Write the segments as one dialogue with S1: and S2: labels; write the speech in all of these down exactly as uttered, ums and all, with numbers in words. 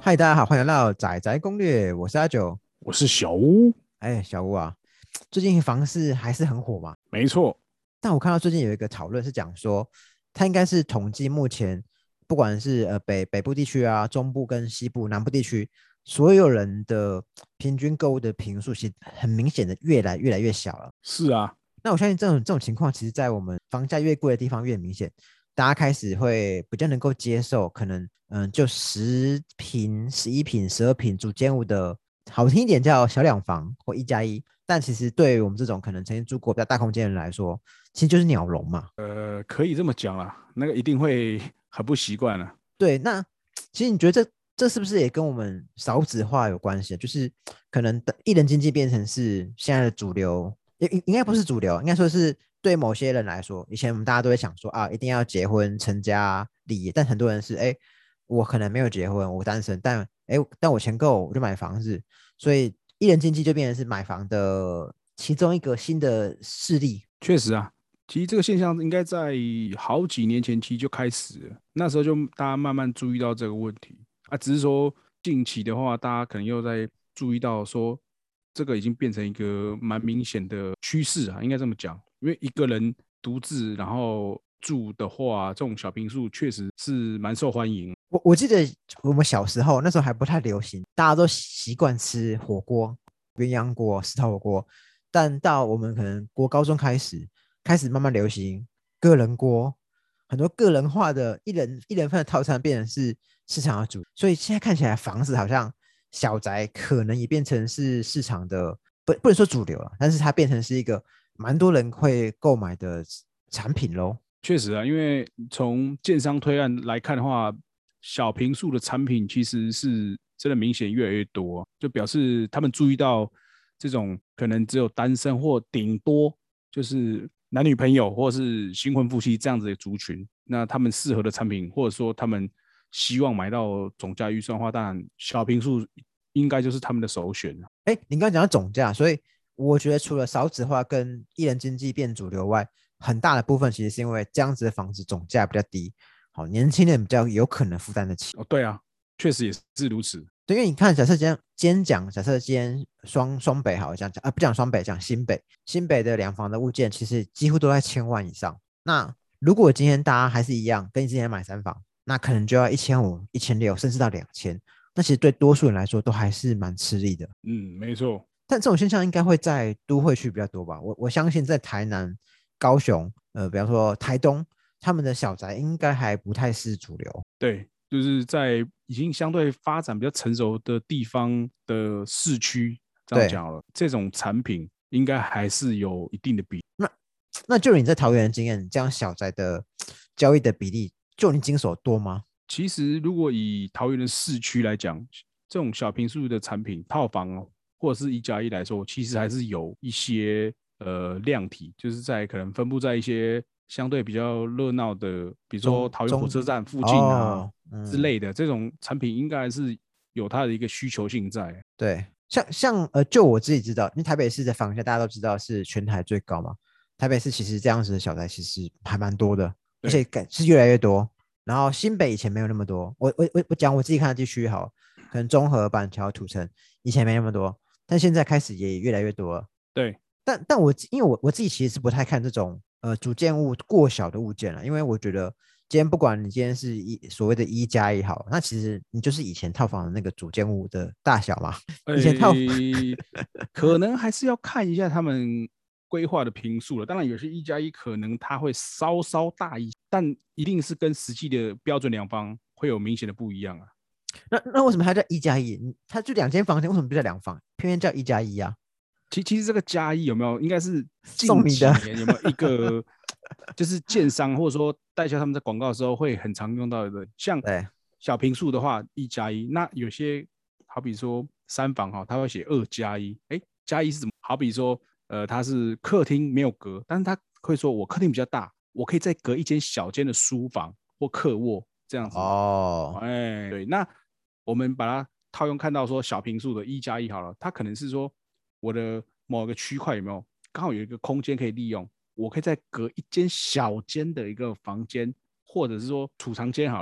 S1: 嗨，大家好，欢迎来到仔仔攻略，我是阿九。
S2: 我是小屋。
S1: 哎，小吴啊，最近房市还是很火嘛？
S2: 没错。
S1: 但我看到最近有一个讨论是讲说，它应该是统计目前不管是呃北北部地区啊、中部跟西部、南部地区，所有人的平均购物的平数，其实很明显的越来越来越小了。
S2: 是啊。
S1: 那我相信这种这种情况，其实在我们房价越贵的地方越明显，大家开始会比较能够接受，可能嗯就十平、十一平、十二平主间屋的，好听一点叫小两房或一加一，但其实对于我们这种可能曾经住过比较大空间的人来说，其实就是鸟笼嘛。
S2: 呃，可以这么讲啦，那个一定会很不习惯了。
S1: 对，那其实你觉得这这是不是也跟我们少子化有关系？就是可能的艺人经济变成是现在的主流，应应该不是主流，应该说是对某些人来说，以前我们大家都会想说啊，一定要结婚成家立业，但很多人是哎，我可能没有结婚，我单身，但哎，但我钱够，我就买房子，所以艺人经济就变成是买房的其中一个新的势力。
S2: 确实啊，其实这个现象应该在好几年前期就开始了，那时候就大家慢慢注意到这个问题啊，只是说近期的话，大家可能又在注意到说，这个已经变成一个蛮明显的趋势啊，应该这么讲，因为一个人独自然后住的话，这种小平数确实是蛮受欢迎。
S1: 我我记得我们小时候那时候还不太流行，大家都习惯吃火锅、鸳鸯锅、石头火锅，但到我们可能国高中开始，开始慢慢流行个人锅，很多个人化的一人一人份的套餐变成是市场的主，所以现在看起来房子好像小宅可能也变成是市场的不不能说主流了，但是它变成是一个蛮多人会购买的产品喽。
S2: 确实啊，因为从建商推案来看的话，小平数的产品其实是真的明显越来越多，就表示他们注意到这种可能只有单身或顶多就是男女朋友或是新婚夫妻这样子的族群，那他们适合的产品，或者说他们希望买到总价预算的话，当然小平数应该就是他们的首选。
S1: 哎，你刚刚讲到总价，所以我觉得除了少子化跟艺人经济变主流外，很大的部分其实是因为这样子的房子总价比较低，好，年轻人比较有可能负担得起。
S2: 哦，对啊，确实也是如此。
S1: 对，因为你看，假设今天今天讲，假设今天双双北好，这样讲啊，不讲双北，讲新北，新北的两房的物件其实几乎都在千万以上。那如果今天大家还是一样，跟你之前买三房，那可能就要一千五、一千六，甚至到两千。那其实对多数人来说都还是蛮吃力的。
S2: 嗯，没错。
S1: 但这种现象应该会在都会区比较多吧？我我相信在台南、高雄，呃，比方说台东，他们的小宅应该还不太是主流。
S2: 对，就是在已经相对发展比较成熟的地方的市区，这样
S1: 对，
S2: 讲了，这种产品应该还是有一定的比。
S1: 那那就你在桃园的经验，这样小宅的交易的比例，就你经手多吗？
S2: 其实如果以桃园的市区来讲，这种小平数的产品，套房哦，或者是一加一来说，其实还是有一些呃量体，就是在可能分布在一些相对比较热闹的，比如说桃园火
S1: 中中
S2: 车站附近啊
S1: 哦，嗯，
S2: 之类的，这种产品应该是有它的一个需求性在。
S1: 对，像像呃，就我自己知道，因为台北市的房价大家都知道是全台最高嘛，台北市其实这样子的小宅其实还蛮多的，而且
S2: 对。
S1: 感是越来越多。然后新北以前没有那么多，我我我我讲我自己看的地区好，可能中和、板桥、土城以前没那么多，但现在开始也越来越多了。
S2: 对。
S1: 但但我因为我我自己其实是不太看这种呃主建物过小的物件了，因为我觉得今天不管你今天是一所谓的一加一好，那其实你就是以前套房的那个主建物的大小嘛。以前套
S2: 诶，可能还是要看一下他们规划的平数了。当然，有些一加一可能它会稍稍大一，但一定是跟实际的标准两方会有明显的不一样啊。
S1: 那那为什么它叫一加一？它就两间房间，为什么不叫两房？偏偏叫一加一啊？
S2: 其其实这个加一有没有，应该是近
S1: 送你的。
S2: 几年有没有一个，就是建商或者说代销他们在广告的时候会很常用到的，像
S1: 对，
S2: 小平数的话一加一，那有些好比说三房哈，他会写二加一，哎，加一是怎么？好比说呃，它是客厅没有隔，但是他会说我客厅比较大，我可以再隔一间小间的书房或客卧这样子。
S1: 哦，
S2: 哎，对，那我们把它套用看到说小平数的一加一好了，它可能是说我的某个区块有没有刚好有一个空间可以利用，我可以再隔一间小间的一个房间，或者是说储藏间好了，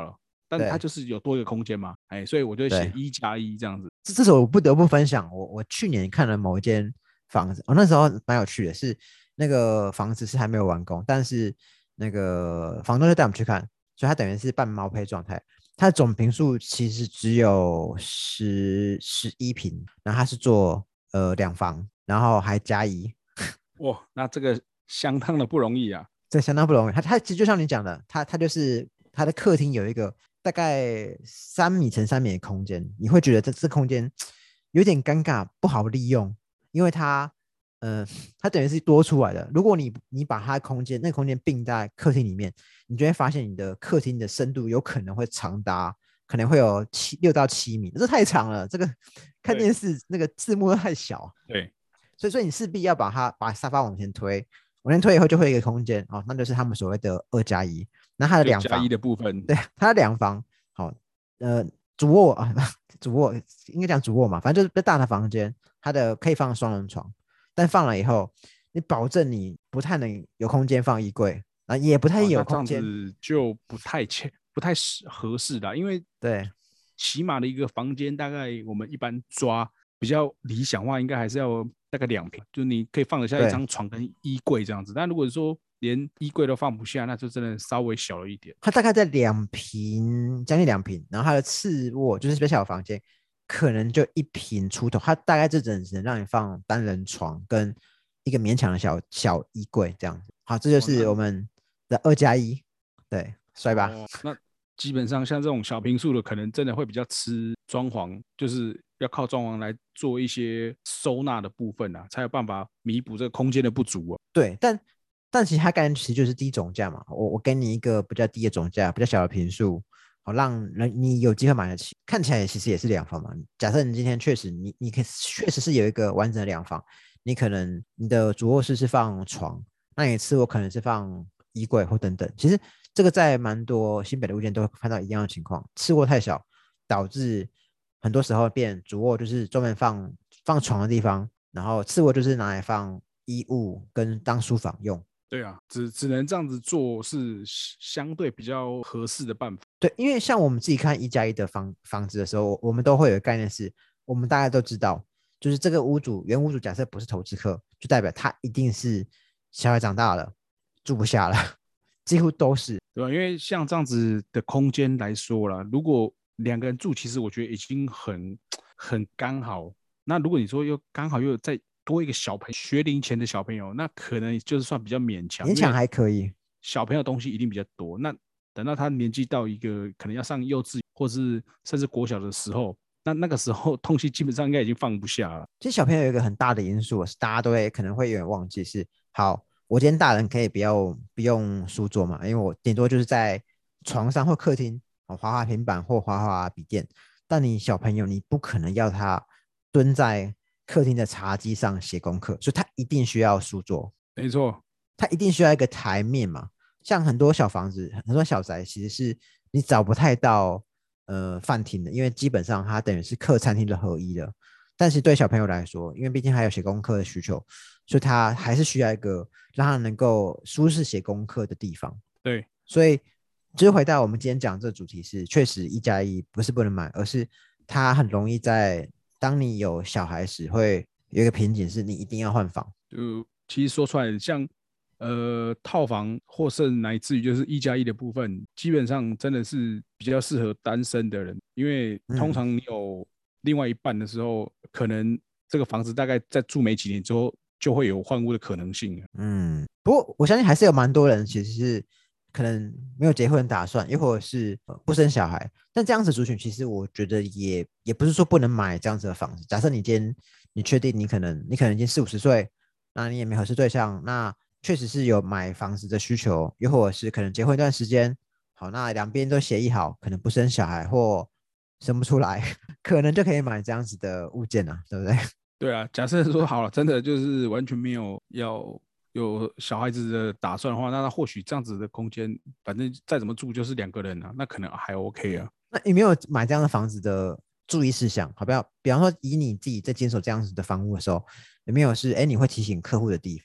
S2: 但它
S1: 对
S2: 就是有多一个空间嘛，哎，所以我就写
S1: 对，
S2: 一加一这样子。
S1: 这这时候我不得不分享，我我去年看了某一间房子，我、那时候蛮有趣的是，那个房子是还没有完工，但是那个房东就带我们去看，所以它等于是半毛坯状态。它的总平数其实只有十十一平，然后它是做呃两房，然后还加一，
S2: 哇，那这个相当的不容易啊。
S1: 这相当不容易。它它其实就像你讲的，它它就是它的客厅有一个大概三米乘三米的空间，你会觉得这这空间有点尴尬，不好利用，因为它呃它等于是多出来的。如果你你把它的空间那个空间并在客厅里面，你就会发现你的客厅的深度有可能会长达可能会有七六到七米，这太长了。这个看电视那个字幕太小，
S2: 对，
S1: 所以所以你势必要把它把沙发往前推，往前推以后就会有一个空间哦，那就是他们所谓的二加一。那它的
S2: 就加一
S1: 两房，
S2: 的部分。
S1: 对，它的两房，好、呃，主卧啊，主卧应该讲主卧嘛，反正就是比较大的房间，它的可以放双人床，但放了以后，你保证你不太能有空间放衣柜，啊，也不太
S2: 哦，
S1: 有
S2: 那这样
S1: 空间，
S2: 子就不太切不太合适的，因为
S1: 对
S2: 起码的一个房间，大概我们一般抓比较理想化，应该还是要大概两平，就你可以放得下一
S1: 对，
S2: 张床跟衣柜这样子。但如果说连衣柜都放不下，那就真的稍微小了一点。
S1: 它大概在两平，将近两平，然后它的次卧就是比较小的房间，可能就一平出头，它大概就只能只能让你放单人床跟一个勉强的小小衣柜这样子。好，这就
S2: 哦，那
S1: 是我们的二加一，对，帅吧？
S2: 哦，那基本上像这种小平数的，可能真的会比较吃装潢，就是要靠装潢来做一些收纳的部分啊，才有办法弥补这个空间的不足啊。
S1: 对，但但其实它概念其实就是低总价嘛，我我给你一个比较低的总价，比较小的平数，好让人你有机会买得起。看起来其实也是两房嘛。假设你今天确实你你可以确实是有一个完整的两房，你可能你的主卧室是放床，那你次卧可能是放衣柜或等等。其实这个在蛮多新北的物件都会看到一样的情况，次卧太小，导致很多时候变主卧就是专门放放床的地方，然后次卧就是拿来放衣物跟当书房用。
S2: 对啊，只只能这样子做是相对比较合适的办法。
S1: 对，因为像我们自己看一加一的房房子的时候，我们都会有个概念是，我们大家都知道，就是这个屋主原屋主假设不是投资客，就代表他一定是小孩长大了住不下了，几乎都是。
S2: 对吧？因为像这样子的空间来说啦，如果两个人住，其实我觉得已经很很刚好。那如果你说又刚好又有再多一个小朋友，学龄前的小朋友，那可能就是算比较勉强，
S1: 勉强
S2: 因为
S1: 还可以。
S2: 小朋友东西一定比较多。那等到他年纪到一个可能要上幼稚或是甚至国小的时候，那那个时候东西基本上应该已经放不下了。
S1: 其实小朋友有一个很大的因素是大家都会可能会有点忘记是，好，我今天大人可以不要不用书桌嘛，因为我顶多就是在床上或客厅哦滑滑平板或滑滑笔电，但你小朋友你不可能要他蹲在客厅的茶几上写功课，所以他一定需要书桌，
S2: 没错，
S1: 他一定需要一个台面嘛。像很多小房子、很多小宅，其实是你找不太到呃饭厅的，因为基本上它等于是客餐厅的合一的。但是对小朋友来说，因为毕竟还有写功课的需求，所以他还是需要一个让他能够舒适写功课的地方。
S2: 对，
S1: 所以，就是回到我们今天讲这个主题是，确实一加一不是不能买，而是它很容易在当你有小孩时会有一个瓶颈，是你一定要换房。
S2: 就其实说出来，像呃套房或是乃至于就是一加一的部分，基本上真的是比较适合单身的人，因为通
S1: 嗯
S2: 常你有另外一半的时候，可能这个房子大概在住没几年之后，就会有换屋的可能性。
S1: 嗯，不过我相信还是有蛮多人其实是可能没有结婚打算，又或者是、呃不生小孩。但这样子族群，其实我觉得也也不是说不能买这样子的房子。假设你今天你确定你可能你可能已经四五十岁，那你也没合适对象，那确实是有买房子的需求，又或者是可能结婚一段时间，好，那两边都协议好，可能不生小孩或生不出来，可能就可以买这样子的物件啊，对不对？
S2: 对啊，假设说好了，真的就是完全没有要有小孩子的打算的话，那他或许这样子的空间，反正再怎么住就是两个人啊，那可能还 OK 啊。
S1: 那有没有买这样的房子的注意事项？好不要，比方说以你自己在坚守这样子的房屋的时候，有没有是哎你会提醒客户的地方？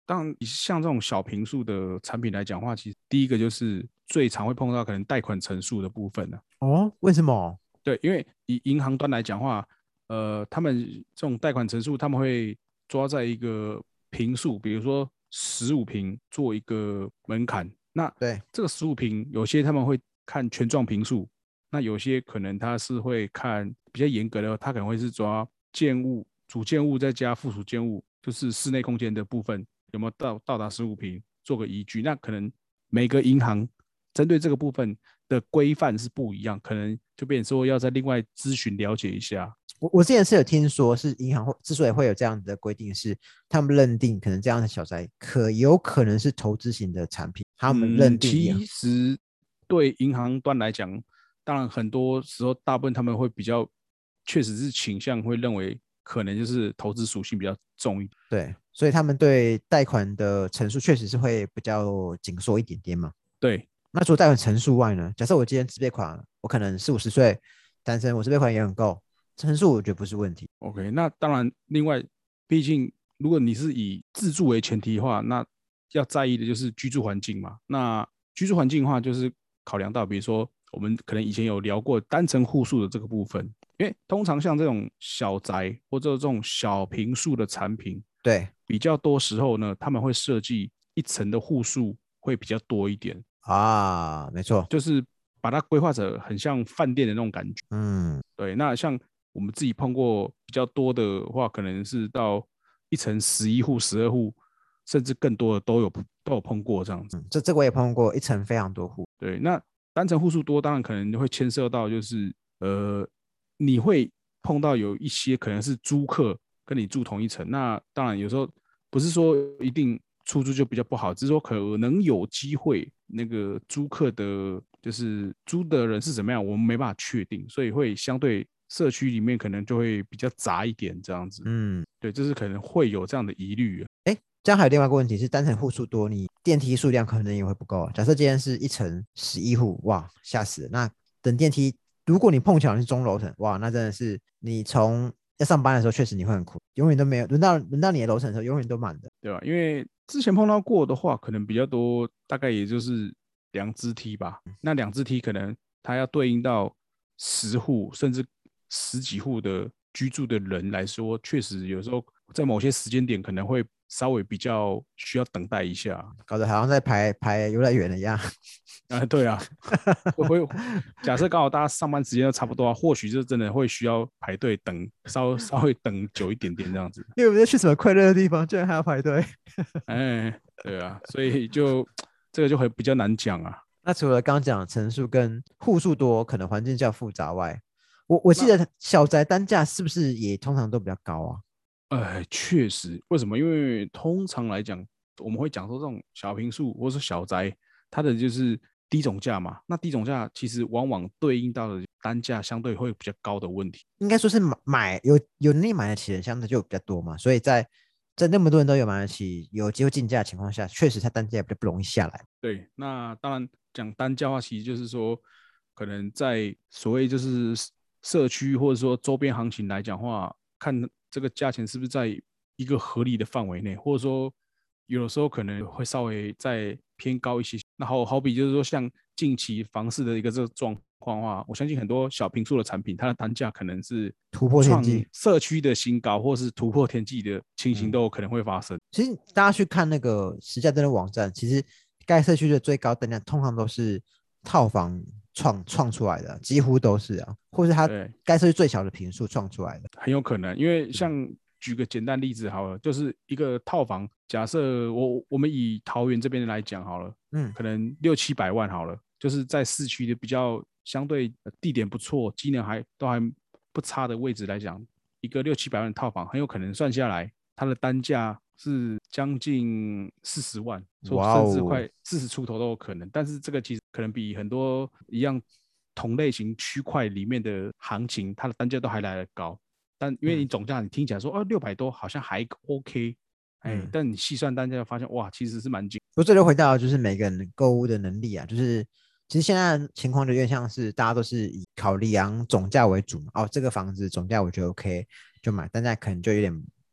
S2: 当然像这种小坪数的产品来讲的话，其实第一个就是最常会碰到可能贷款成数的部分呢、
S1: 啊。哦，为什么？
S2: 对，因为以银行端来讲的话，呃，他们这种贷款成数，他们会抓在一个坪数，比如说十五坪做一个门槛。那
S1: 对，
S2: 这个十五坪，有些他们会看全幢坪数，那有些可能他是会看比较严格的，他可能会是抓建物、主建物再加附属建物，就是室内空间的部分有没有到到达十五坪，做个依据。那可能每个银行针对这个部分的规范是不一样，可能就变成说要再另外咨询了解一下。
S1: 我我之前是有听说，是银行会之所以会有这样的规定，是他们认定可能这样的小宅可有可能是投资型的产品，他们认
S2: 嗯，
S1: 定也
S2: 其实对银行端来讲，当然很多时候大部分他们会比较，确实是倾向会认为可能就是投资属性比较重一点。
S1: 对，所以他们对贷款的陈述确实是会比较紧缩一点点嘛。
S2: 对
S1: 那除了贷款陈述外呢？假设我今天自备款，我可能四五十岁单身，我自备款也很够，陈述我觉得不是问题。
S2: ，OK，那当然，另外，毕竟如果你是以自住为前提的话，那要在意的就是居住环境嘛。那居住环境的话，就是考量到，比如说我们可能以前有聊过单层户数的这个部分，因为通常像这种小宅或者这种小平数的产品，
S1: 对
S2: 比较多时候呢，他们会设计一层的户数会比较多一点，
S1: 啊，没错，
S2: 就是把它规划成很像饭店的那种感觉。
S1: 嗯
S2: 对，那像我们自己碰过比较多的话，可能是到一层十一户、十二户，甚至更多的都有都有碰过这样子。
S1: 嗯，这这个我也碰过，一层非常多户。
S2: 对，那单层户数多，当然可能会牵涉到就是呃，你会碰到有一些可能是租客跟你住同一层，那当然有时候不是说一定出租就比较不好，只是说可能有机会那个租客的，就是租的人是怎么样，我们没办法确定，所以会相对社区里面可能就会比较杂一点这样子。
S1: 嗯，
S2: 对，这是可能会有这样的疑虑。
S1: 哎，这样还有另外一个问题是，单层户数多，你电梯数量可能也会不够啊。假设今天是一层十一户，哇，吓死了。那等电梯，如果你碰巧是中楼层，哇，那真的是你从要上班的时候，确实你会很苦，永远都没有轮到轮到你的楼层的时候，永远都满的。
S2: 对吧？因为之前碰到过的话，可能比较多，大概也就是两只梯吧。那两只梯可能它要对应到十户甚至十几户的居住的人来说，确实有时候在某些时间点可能会稍微比较需要等待一下。
S1: 搞得好像在排排游乐园一样。
S2: 啊，对啊，会不会假设刚好大家上班时间都差不多啊，或许就真的会需要排队等，稍稍微等久一点点这样子。
S1: 因为我们在去什么快乐的地方，居然还要排队。
S2: 哎，对啊，所以就这个就会比较难讲啊。
S1: 那除了刚刚讲的层数跟户数多，可能环境较复杂外，我我记
S2: 那
S1: 得小宅单价是不是也通常都比较高啊？
S2: 哎，确实，为什么？因为通常来讲，我们会讲说这种小平数或是小宅，它的就是低总价嘛。那低总价其实往往对应到的单价相对会比较高的问题。
S1: 应该说是买买有有能力买得起的人相对就比较多嘛，所以在在那么多人都有买得起、有机会竞价的情况下，确实它单价也比较不容易下来。
S2: 对，那当然讲单价的话，其实就是说，可能在所谓就是社区或者说周边行情来讲话，看这个价钱是不是在一个合理的范围内，或者说有的时候可能会稍微再偏高一些。那好好比就是说，像近期房市的一个这个状况的话，我相信很多小平数的产品，它的单价可能是
S1: 突破天
S2: 创
S1: 际。
S2: 社区的新高，或是突破天际的情形
S1: 嗯，
S2: 都有可能会发生。
S1: 其实大家去看那个实价登录网站，其实该社区的最高单价通常都是套房创创出来的，几乎都是啊，或是它
S2: 对，
S1: 该社区最小的平数创出来的。
S2: 很有可能，因为
S1: 嗯，
S2: 像举个简单例子好了，就是一个套房，假设我我们以桃园这边来讲好了，
S1: 嗯，
S2: 可能六七百万好了，就是在市区的比较相对地点不错、机能还都还不差的位置来讲，一个六七百万的套房，很有可能算下来，它的单价是将近四十万，说
S1: 哇哦，
S2: 甚至快四十出头都有可能。但是这个其实可能比很多一样同类型区块里面的行情，它的单价都还来得高。但因为你
S1: 嗯
S2: 总价你听起来说哦六百多好像还 OK，哎，
S1: 嗯，
S2: 但你细算单价发现哇其实是蛮紧。
S1: 不过这就回到就是每个人购物的能力啊，就是其实现在的情况就有点像是大家都是以考量总价为主嘛。哦，这个房子总价我觉得 OK 就买，单价可能就有点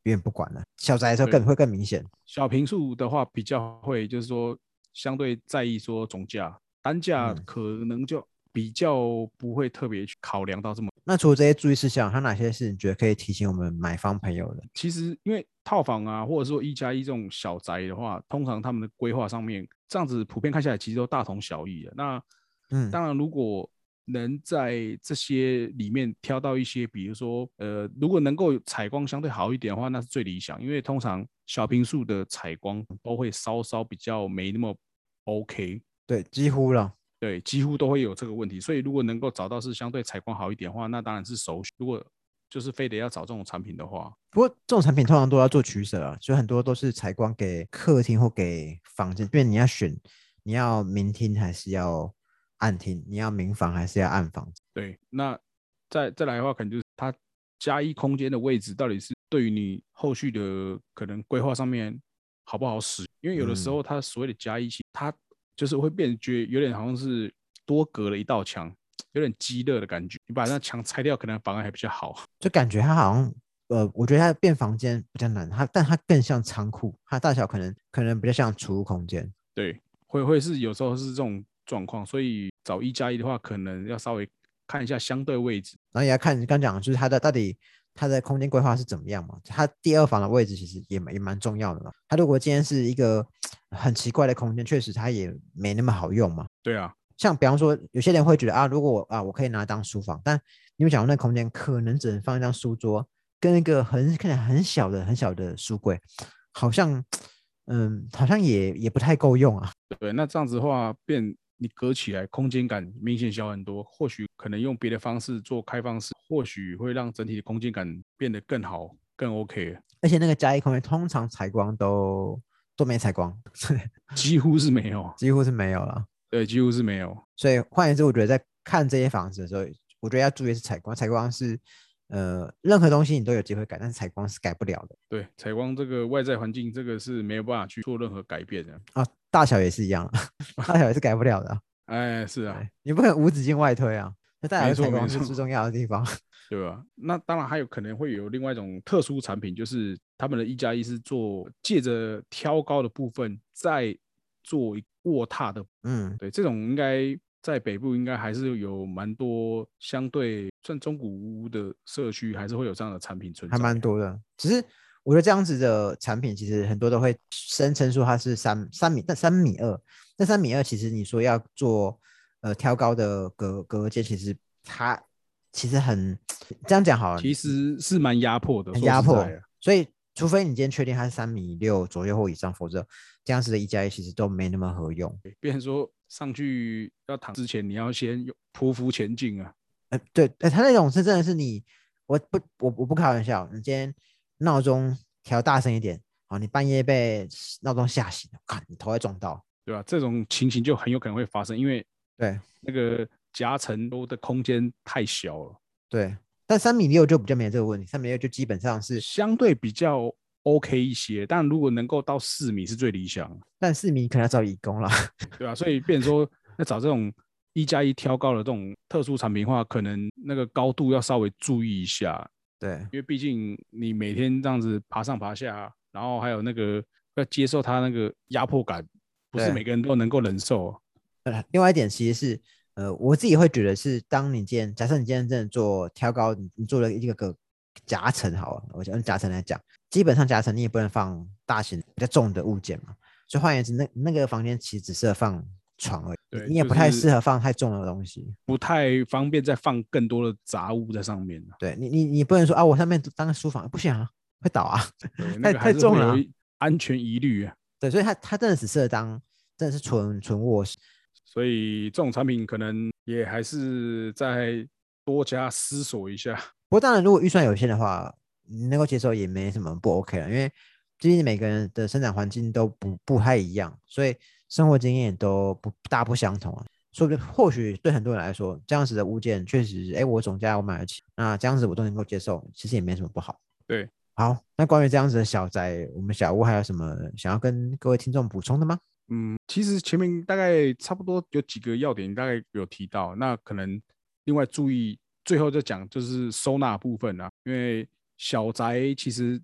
S1: 点不管了。小宅的时候更会更明显。
S2: 小坪数的话比较会，就是说相对在意说总价，单价可能就比较不会特别去考量到这么。
S1: 那除了这些注意事项，还有哪些是你觉得可以提醒我们买方朋友的？
S2: 其实因为套房啊，或者说一加一这种小宅的话，通常他们的规划上面这样子普遍看下来，其实都大同小异的。那嗯，当然如果能在这些里面挑到一些，比如说呃，如果能够采光相对好一点的话，那是最理想，因为通常小坪数的采光都会稍稍比较没那么 OK。
S1: 对，几乎了。
S2: 对，几乎都会有这个问题，所以如果能够找到是相对采光好一点的话，那当然是首选。如果就是非得要找这种产品的话，
S1: 不过这种产品通常都要做取舍啊，所以很多都是采光给客厅或给房间，因为你要选你要明厅还是要暗厅，你要明房还是要暗房。
S2: 对，那再再来的话，可能就是它加一空间的位置到底是对于你后续的可能规划上面好不好使，因为有的时候它所谓的加一，它就是会变觉有点好像是多隔了一道墙，有点激热的感觉。你把那墙拆掉，可能反而还比较好。
S1: 就感觉它好像，呃，我觉得它变房间比较难，它但它更像仓库，它大小可能可能比较像储物空间。
S2: 对，会会是有时候是这种状况，所以找一加一的话，可能要稍微看一下相对位置，
S1: 然后也要看你刚讲就是它的到底它的空间规划是怎么样嘛？它第二房的位置其实也也蛮重要的嘛。它如果今天是一个很奇怪的空间，确实它也没那么好用嘛。
S2: 对啊，
S1: 像比方说，有些人会觉得啊，如果我啊我可以拿来当书房，但你们讲的那空间可能只能放一张书桌，跟一个很看起来很小的很小的书柜，好像嗯好像也也不太够用啊。
S2: 对，那这样子的话，变你隔起来，空间感明显小很多。或许可能用别的方式做开放式，或许会让整体的空间感变得更好，更 OK。
S1: 而且那个加一空间通常采光都都没采光，
S2: 几乎是没有，
S1: 几乎是没有了。
S2: 对，几乎是没有。
S1: 所以换言之，我觉得在看这些房子的时候，我觉得要注意的是采光，采光是呃任何东西你都有机会改，但是采光是改不了的。
S2: 对，采光这个外在环境，这个是没有办法去做任何改变的
S1: 啊。大小也是一样，大小也是改不了的。
S2: 哎，是啊，
S1: 你不可能无止境外推啊。那大小的采光是最重要的地方，
S2: 对吧？那当然还有可能会有另外一种特殊产品，就是他们的一加一是做借着挑高的部分再做卧榻的，嗯，对，这种应该在北部应该还是有蛮多相对算中古屋的社区，还是会有这样的产品存在，
S1: 还蛮多的。只是我觉得这样子的产品，其实很多都会声称说它是三三米，但三米二，那三米二其实你说要做呃挑高的隔隔间，其实它其实很这样讲好了，
S2: 其实是蛮压迫的，
S1: 很压迫。所以除非你今天确定它是三米六左右或以上，否则这样子的一加一其实都没那么合用。
S2: 变成说上去要躺之前，你要先匍匐前进啊。
S1: 呃，对，呃，他那种是真的是你，我不我我不开玩笑，你今天闹钟调大声一点，好，你半夜被闹钟吓醒了，看你头会撞到，
S2: 对吧？这种情形就很有可能会发生，因为
S1: 对
S2: 那个夹层的空间太小了。
S1: 对，但三米六就比较没这个问题，三米六就基本上是
S2: 相对比较 OK 一些，但如果能够到四米是最理想。
S1: 但四米可能要找义工了，
S2: 对吧？所以变成说要找这种一加一挑高的这种特殊产品的话，可能那个高度要稍微注意一下。
S1: 对，
S2: 因为毕竟你每天这样子爬上爬下，然后还有那个要接受它那个压迫感，不是每个人都能够忍受。
S1: 呃，另外一点其实是，呃，我自己会觉得是，当你今天假设你今天真的做挑高，你你做了一个个夹层好了，我就用夹层来讲，基本上夹层你也不能放大型比较重的物件嘛，所以换言之，那那个房间其实只适合放床而已，
S2: 对，
S1: 你也不太适合放太重的东西，
S2: 不太方便再放更多的杂物在上面。
S1: 对你，你你不能说啊，我上面当书房不行啊，会倒啊，
S2: 对，
S1: 太太重了、啊，
S2: 安全疑虑啊。
S1: 对，所以它它真的只适合当真的是纯纯卧室。
S2: 所以这种产品可能也还是再多加思索一下。
S1: 不过当然，如果预算有限的话，你能够接受也没什么不 OK 了，因为毕竟每个人的生长环境都不不太一样，所以生活经验都不大不相同啊。说不定或许对很多人来说，这样子的物件确实，哎，我总价我买得起，那这样子我都能够接受，其实也没什么不好。
S2: 对，
S1: 好，那关于这样子的小宅，我们小屋还有什么想要跟各位听众补充的吗？
S2: 嗯，其实前面大概差不多有几个要点，大概有提到。那可能另外注意，最后再讲就是收纳部分啊，因为小宅其实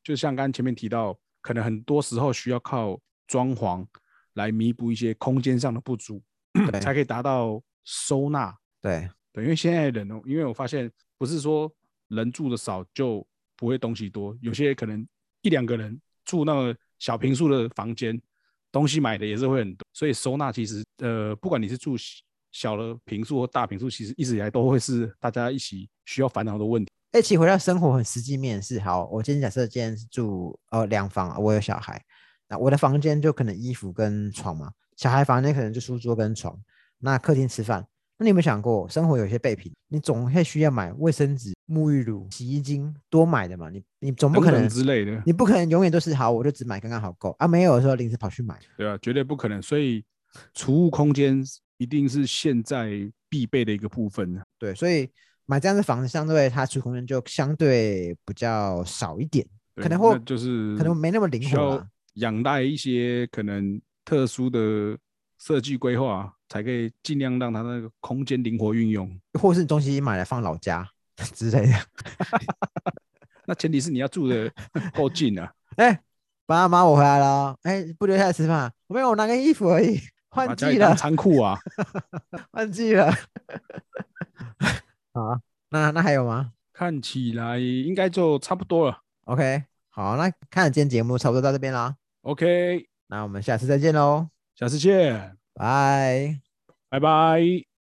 S2: 就像刚刚前面提到，可能很多时候需要靠装潢来弥补一些空间上的不足，才可以达到收纳。
S1: 对
S2: 对，因为现在人，因为我发现不是说人住的少就不会东西多，有些可能一两个人住那个小坪数的房间，东西买的也是会很多，所以收纳其实呃，不管你是住小的坪数或大坪数，其实一直以来都会是大家一起需要烦恼的问题。
S1: 哎，其实回到生活很实际面是，好，我今天假设今天是住呃两房，我有小孩，那我的房间就可能衣服跟床嘛，小孩房间可能就书桌跟床，那客厅吃饭。那你有没有想过，生活有些备品，你总会需要买卫生纸、沐浴乳、洗衣精，多买的嘛？你你总不可能
S2: 等等之类的，
S1: 你不可能永远都是好，我就只买刚刚好够啊，没有的时候临时跑去买，
S2: 对啊，绝对不可能。所以储物空间一定是现在必备的一个部分。
S1: 对，所以买这样的房子，相对它储物空间就相对比较少一点，可能或
S2: 那就是
S1: 可能没那么灵
S2: 需要
S1: 活啦。
S2: 仰赖一些可能特殊的设计规划，才可以尽量让它那个空间灵活运用。
S1: 或是你东西买来放老家之类的。
S2: 那前提是你要住的够近啊。
S1: 哎、欸，爸妈，我回来了。哎、欸，不留下来吃饭？我没有，我拿个衣服而已，换季了，
S2: 把家里当仓库啊。
S1: 换季了。好，那那还有吗
S2: 看起来应该就差不多了。
S1: ？OK，好，那看今天节目差不多到这边啦。
S2: OK，
S1: 那我们下次再见喽，
S2: 下次见，
S1: 拜。
S2: 拜拜。